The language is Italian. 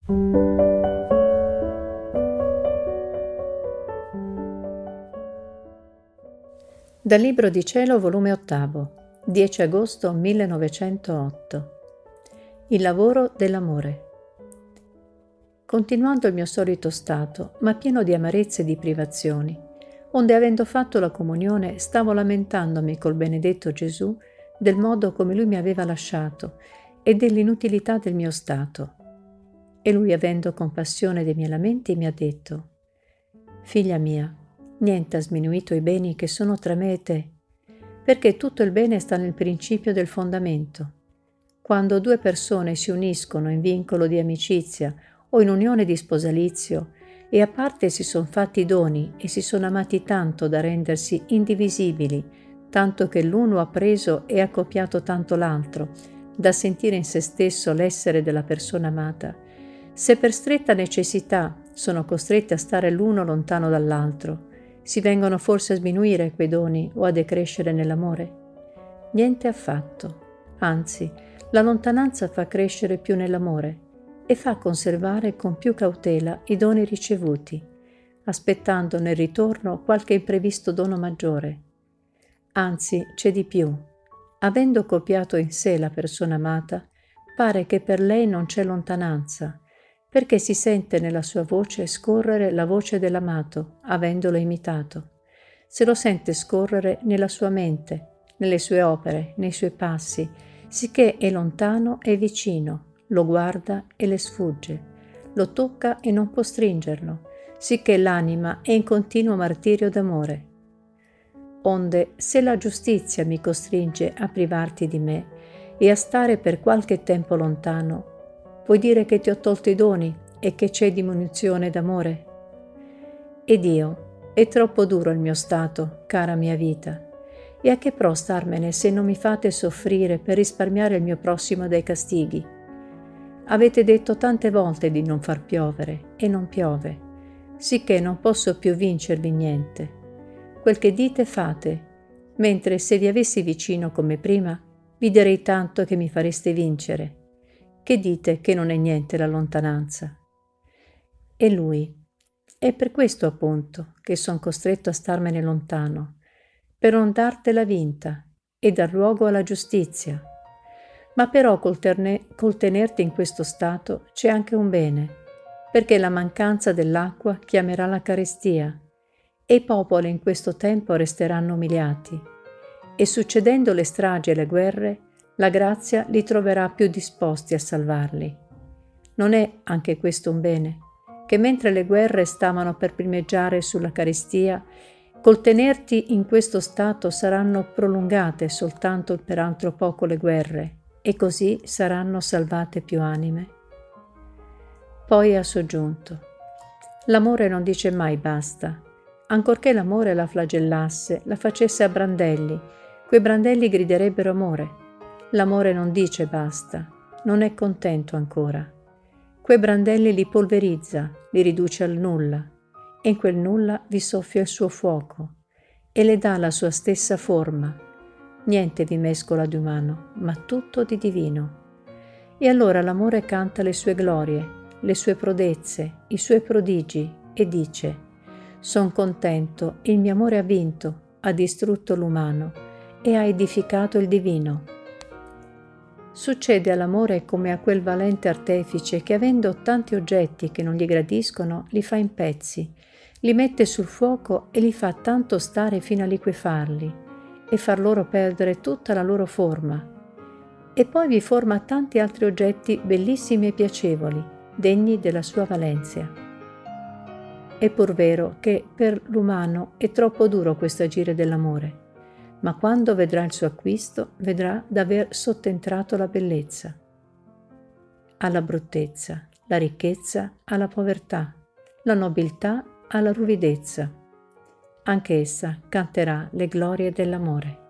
Dal Libro di Cielo, volume 8, 10 agosto 1908. Il lavoro dell'amore. Continuando il mio solito stato, ma pieno di amarezze e di privazioni, onde avendo fatto la comunione stavo lamentandomi col benedetto Gesù del modo come lui mi aveva lasciato e dell'inutilità del mio stato. E lui, avendo compassione dei miei lamenti, mi ha detto: «Figlia mia, niente ha sminuito i beni che sono tra me e te, perché tutto il bene sta nel principio del fondamento. Quando due persone si uniscono in vincolo di amicizia o in unione di sposalizio e a parte si sono fatti doni e si sono amati tanto da rendersi indivisibili, tanto che l'uno ha preso e accoppiato tanto l'altro, da sentire in se stesso l'essere della persona amata, se per stretta necessità sono costretti a stare l'uno lontano dall'altro, si vengono forse a sminuire quei doni o a decrescere nell'amore? Niente affatto, anzi, la lontananza fa crescere più nell'amore e fa conservare con più cautela i doni ricevuti, aspettando nel ritorno qualche imprevisto dono maggiore. Anzi, c'è di più. Avendo copiato in sé la persona amata, pare che per lei non c'è lontananza, perché si sente nella sua voce scorrere la voce dell'amato, avendolo imitato. Se lo sente scorrere nella sua mente, nelle sue opere, nei suoi passi, sicché è lontano e vicino, lo guarda e le sfugge, lo tocca e non può stringerlo, sicché l'anima è in continuo martirio d'amore. Onde, se la giustizia mi costringe a privarti di me e a stare per qualche tempo lontano, puoi dire che ti ho tolto i doni e che c'è diminuzione d'amore? Ed io, è troppo duro il mio stato, cara mia vita, e a che pro starmene se non mi fate soffrire per risparmiare il mio prossimo dai castighi? Avete detto tante volte di non far piovere, e non piove, sicché non posso più vincervi niente. Quel che dite fate, mentre se vi avessi vicino come prima, vi direi tanto che mi fareste vincere. Che dite che non è niente la lontananza? E lui: è per questo appunto che son costretto a starmene lontano, per non dartela vinta e dar luogo alla giustizia. Ma però col tenerti in questo stato c'è anche un bene, perché la mancanza dell'acqua chiamerà la carestia, e i popoli in questo tempo resteranno umiliati, e succedendo le stragi e le guerre, la grazia li troverà più disposti a salvarli. Non è anche questo un bene? Che mentre le guerre stavano per primeggiare sulla carestia, col tenerti in questo stato saranno prolungate soltanto per altro poco le guerre, e così saranno salvate più anime. Poi ha soggiunto: l'amore non dice mai basta, ancorché l'amore la flagellasse, la facesse a brandelli, quei brandelli griderebbero amore. L'amore non dice basta, non è contento ancora. Quei brandelli li polverizza, li riduce al nulla, e in quel nulla vi soffia il suo fuoco, e le dà la sua stessa forma. Niente vi mescola di umano, ma tutto di divino. E allora l'amore canta le sue glorie, le sue prodezze, i suoi prodigi, e dice: son contento, il mio amore ha vinto, ha distrutto l'umano, e ha edificato il divino. Succede all'amore come a quel valente artefice che, avendo tanti oggetti che non gli gradiscono, li fa in pezzi, li mette sul fuoco e li fa tanto stare fino a liquefarli e far loro perdere tutta la loro forma. E poi vi forma tanti altri oggetti bellissimi e piacevoli, degni della sua valenzia. È pur vero che per l'umano è troppo duro questo agire dell'amore, ma quando vedrà il suo acquisto, vedrà d'aver sottentrato la bellezza alla bruttezza, la ricchezza alla povertà, la nobiltà alla ruvidezza. Anche essa canterà le glorie dell'amore.